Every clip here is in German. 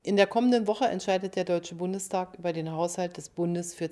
In der kommenden Woche entscheidet der Deutsche Bundestag über den Haushalt des Bundes für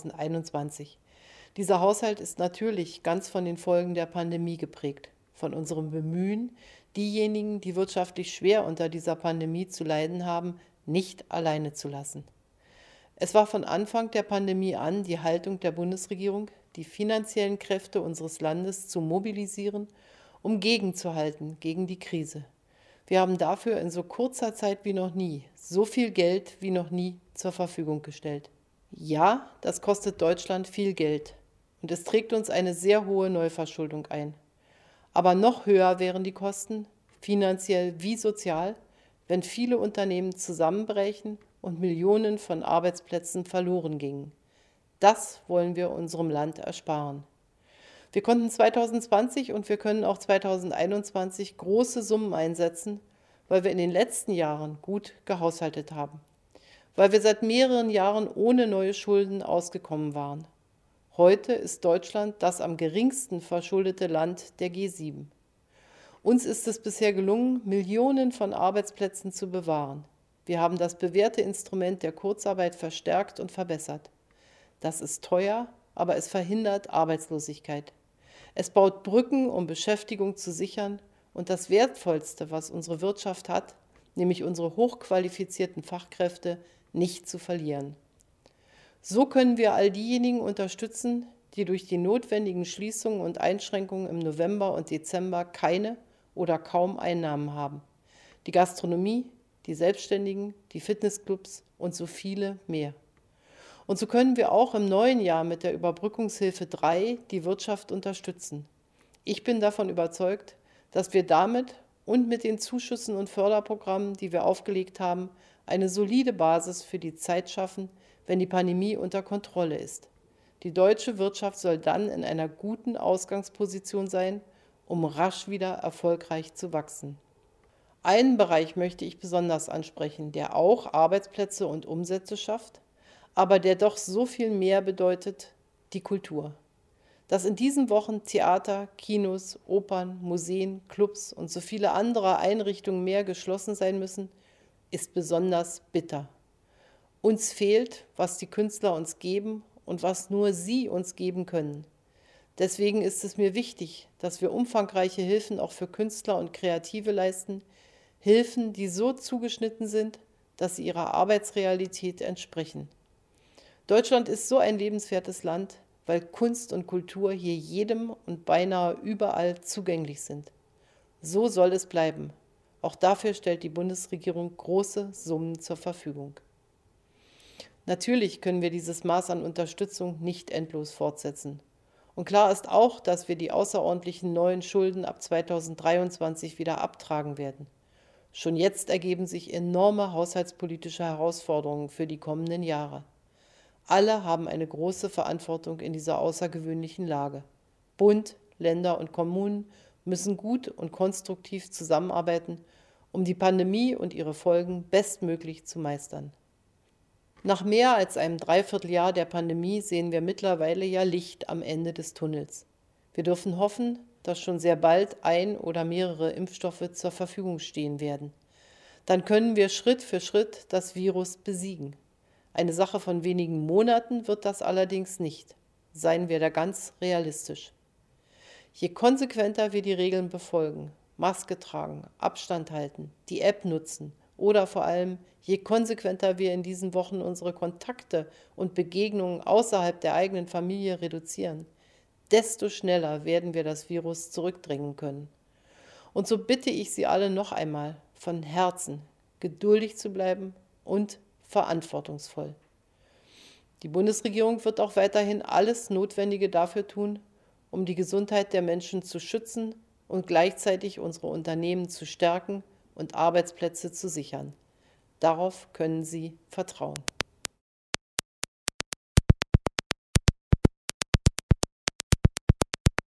2021. Dieser Haushalt ist natürlich ganz von den Folgen der Pandemie geprägt, von unserem Bemühen, diejenigen, die wirtschaftlich schwer unter dieser Pandemie zu leiden haben, nicht alleine zu lassen. Es war von Anfang der Pandemie an die Haltung der Bundesregierung, die finanziellen Kräfte unseres Landes zu mobilisieren, um gegenzuhalten gegen die Krise. Wir haben dafür in so kurzer Zeit wie noch nie, so viel Geld wie noch nie zur Verfügung gestellt. Ja, das kostet Deutschland viel Geld und es trägt uns eine sehr hohe Neuverschuldung ein. Aber noch höher wären die Kosten, finanziell wie sozial, wenn viele Unternehmen zusammenbrechen und Millionen von Arbeitsplätzen verloren gingen. Das wollen wir unserem Land ersparen. Wir konnten 2020 und wir können auch 2021 große Summen einsetzen, weil wir in den letzten Jahren gut gehaushaltet haben, weil wir seit mehreren Jahren ohne neue Schulden ausgekommen waren. Heute ist Deutschland das am geringsten verschuldete Land der G7. Uns ist es bisher gelungen, Millionen von Arbeitsplätzen zu bewahren. Wir haben das bewährte Instrument der Kurzarbeit verstärkt und verbessert. Das ist teuer, aber es verhindert Arbeitslosigkeit. Es baut Brücken, um Beschäftigung zu sichern und das Wertvollste, was unsere Wirtschaft hat, nämlich unsere hochqualifizierten Fachkräfte, nicht zu verlieren. So können wir all diejenigen unterstützen, die durch die notwendigen Schließungen und Einschränkungen im November und Dezember keine oder kaum Einnahmen haben. Die Gastronomie, die Selbstständigen, die Fitnessclubs und so viele mehr. Und so können wir auch im neuen Jahr mit der Überbrückungshilfe 3 die Wirtschaft unterstützen. Ich bin davon überzeugt, dass wir damit und mit den Zuschüssen und Förderprogrammen, die wir aufgelegt haben, eine solide Basis für die Zeit schaffen, wenn die Pandemie unter Kontrolle ist. Die deutsche Wirtschaft soll dann in einer guten Ausgangsposition sein, um rasch wieder erfolgreich zu wachsen. Einen Bereich möchte ich besonders ansprechen, der auch Arbeitsplätze und Umsätze schafft, aber der doch so viel mehr bedeutet: die Kultur. Dass in diesen Wochen Theater, Kinos, Opern, Museen, Clubs und so viele andere Einrichtungen mehr geschlossen sein müssen, ist besonders bitter. Uns fehlt, was die Künstler uns geben und was nur sie uns geben können. Deswegen ist es mir wichtig, dass wir umfangreiche Hilfen auch für Künstler und Kreative leisten, Hilfen, die so zugeschnitten sind, dass sie ihrer Arbeitsrealität entsprechen. Deutschland ist so ein lebenswertes Land, weil Kunst und Kultur hier jedem und beinahe überall zugänglich sind. So soll es bleiben. Auch dafür stellt die Bundesregierung große Summen zur Verfügung. Natürlich können wir dieses Maß an Unterstützung nicht endlos fortsetzen. Und klar ist auch, dass wir die außerordentlichen neuen Schulden ab 2023 wieder abtragen werden. Schon jetzt ergeben sich enorme haushaltspolitische Herausforderungen für die kommenden Jahre. Alle haben eine große Verantwortung in dieser außergewöhnlichen Lage. Bund, Länder und Kommunen müssen gut und konstruktiv zusammenarbeiten, um die Pandemie und ihre Folgen bestmöglich zu meistern. Nach mehr als einem Dreivierteljahr der Pandemie sehen wir mittlerweile ja Licht am Ende des Tunnels. Wir dürfen hoffen, dass schon sehr bald ein oder mehrere Impfstoffe zur Verfügung stehen werden. Dann können wir Schritt für Schritt das Virus besiegen. Eine Sache von wenigen Monaten wird das allerdings nicht. Seien wir da ganz realistisch. Je konsequenter wir die Regeln befolgen, Maske tragen, Abstand halten, die App nutzen oder vor allem, je konsequenter wir in diesen Wochen unsere Kontakte und Begegnungen außerhalb der eigenen Familie reduzieren, desto schneller werden wir das Virus zurückdrängen können. Und so bitte ich Sie alle noch einmal von Herzen, geduldig zu bleiben und verantwortungsvoll. Die Bundesregierung wird auch weiterhin alles Notwendige dafür tun, um die Gesundheit der Menschen zu schützen und gleichzeitig unsere Unternehmen zu stärken und Arbeitsplätze zu sichern. Darauf können Sie vertrauen.